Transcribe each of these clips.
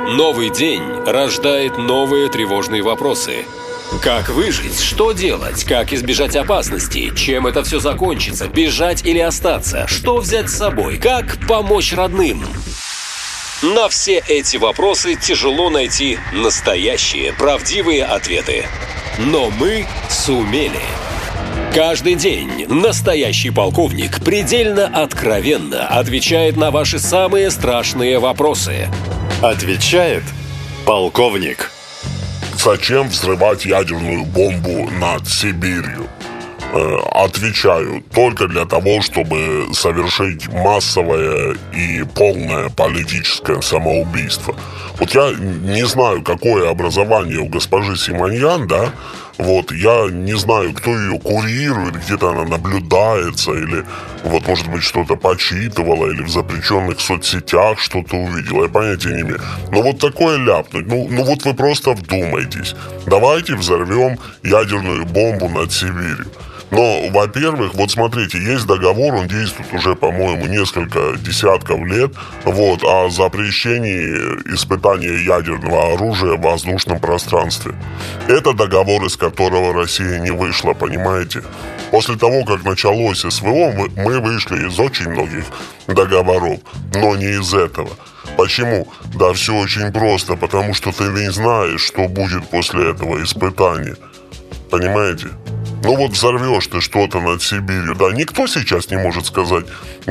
Новый день рождает новые тревожные вопросы. Как выжить? Что делать? Как избежать опасности? Чем это все закончится? Бежать или остаться? Что взять с собой? Как помочь родным? На все эти вопросы тяжело найти настоящие, правдивые ответы. Но мы сумели. Каждый день настоящий полковник предельно откровенно отвечает на ваши самые страшные вопросы. Отвечает полковник. Зачем взрывать ядерную бомбу над Сибирью? Отвечаю, только для того, чтобы совершить массовое и полное политическое самоубийство. Вот я не знаю, какое образование у госпожи Симоньян, да? Вот, я не знаю, кто ее курирует, где-то она наблюдается, или вот, может быть, что-то почитывала, или в запрещенных соцсетях что-то увидела, я понятия не имею. Но вот такое ляпнуть, ну вот вы просто вдумайтесь. Давайте взорвем ядерную бомбу над Сибирью. Но, во-первых, вот смотрите, есть договор, он действует уже, по-моему, несколько десятков лет, вот, о запрещении испытания ядерного оружия в воздушном пространстве. Это договор, из которого Россия не вышла, понимаете? После того, как началось СВО, мы вышли из очень многих договоров, но не из этого. Почему? Да все очень просто, потому что ты не знаешь, что будет после этого испытания. Понимаете? Ну вот взорвешь ты что-то над Сибирью. Да, никто сейчас не может сказать,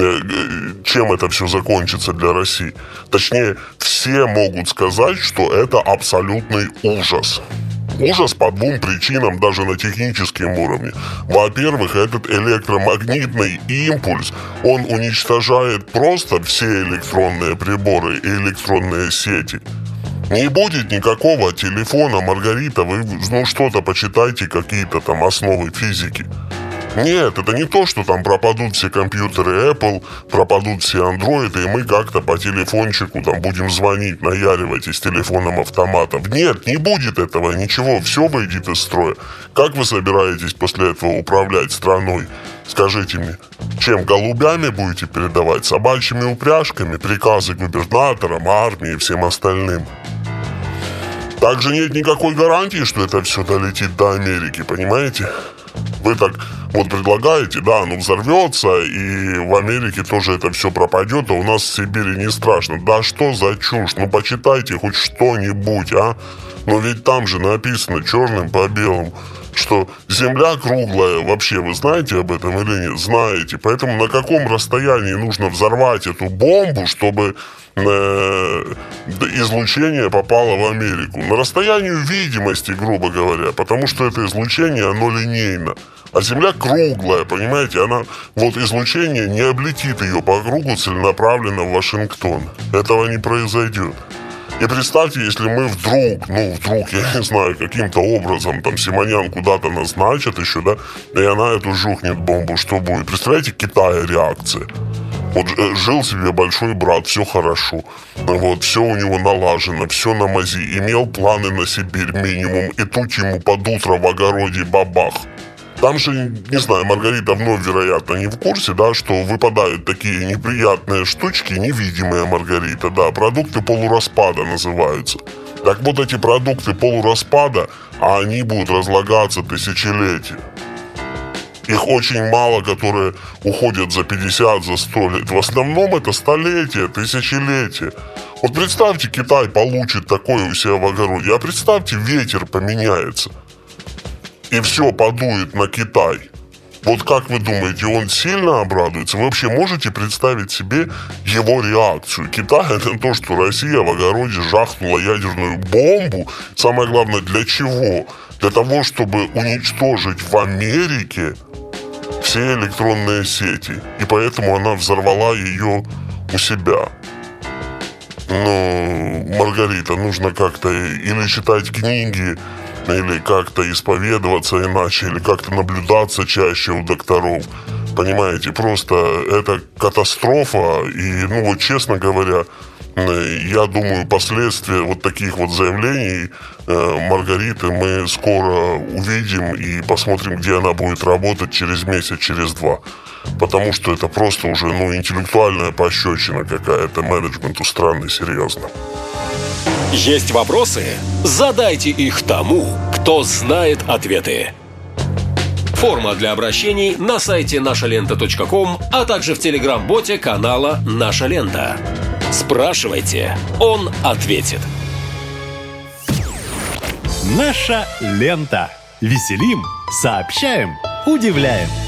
чем это все закончится для России. Точнее, все могут сказать, что это абсолютный ужас. Ужас по двум причинам, даже на техническом уровне. Во-первых, этот электромагнитный импульс, он уничтожает просто все электронные приборы и электронные сети. Не будет никакого телефона, Маргарита, вы что-то почитайте, какие-то там основы физики. Нет, это не то, что там пропадут все компьютеры Apple, пропадут все андроиды, и мы как-то по телефончику там будем звонить, наяривать из телефоном автоматов. Нет, не будет этого, ничего, все выйдет из строя. Как вы собираетесь после этого управлять страной? Скажите мне, чем, голубями будете передавать, собачьими упряжками, приказы губернаторам, армии и всем остальным? Также нет никакой гарантии, что это все долетит до Америки, понимаете? Вы так вот предлагаете, да, ну взорвется, и в Америке тоже это все пропадет, а у нас в Сибири не страшно. Да что за чушь? Ну почитайте хоть что-нибудь, а? Но ведь там же написано черным по белому, что Земля круглая. Вообще, вы знаете об этом или нет? Знаете. Поэтому на каком расстоянии нужно взорвать эту бомбу, чтобы излучение попало в Америку? На расстоянии видимости, грубо говоря, потому что это излучение, оно линейно. А Земля круглая, понимаете? Она, вот излучение не облетит ее по кругу целенаправленно в Вашингтон. Этого не произойдет. И представьте, если мы вдруг, я не знаю, каким-то образом там Симоньян куда-то назначат еще, да, и она эту жухнет бомбу, что будет? Представляете, Китая реакция. Вот жил себе большой брат, все хорошо, вот, все у него налажено, все на мази, имел планы на Сибирь минимум, и тут ему под утро в огороде бабах. Там же, не знаю, Маргарита вновь, вероятно, не в курсе, да, что выпадают такие неприятные штучки, невидимые, Маргарита, да, продукты полураспада называются. Так вот эти продукты полураспада, а они будут разлагаться тысячелетия. Их очень мало, которые уходят за 50, за 100 лет. В основном это столетия, тысячелетия. Вот представьте, Китай получит такое у себя в огороде, а представьте, ветер поменяется. И все подует на Китай. Вот как вы думаете, он сильно обрадуется? Вы вообще можете представить себе его реакцию? Китай — это то, что Россия в огороде жахнула ядерную бомбу. Самое главное, для чего? Для того, чтобы уничтожить в Америке все электронные сети. И поэтому она взорвала ее у себя. Но, Маргарита, нужно как-то или читать книги, или как-то исповедоваться иначе, или как-то наблюдаться чаще у докторов. Понимаете, просто это катастрофа. И, вот честно говоря, я думаю, последствия вот таких вот заявлений Маргариты мы скоро увидим и посмотрим, где она будет работать через месяц, через два. Потому что это просто уже, интеллектуальная пощечина какая-то менеджменту страны, серьезно. Есть вопросы? Задайте их тому, кто знает ответы. Форма для обращений на сайте нашалента.ком, а также в телеграм-боте канала «Наша лента». Спрашивайте, он ответит. Наша лента. Веселим, сообщаем, удивляем.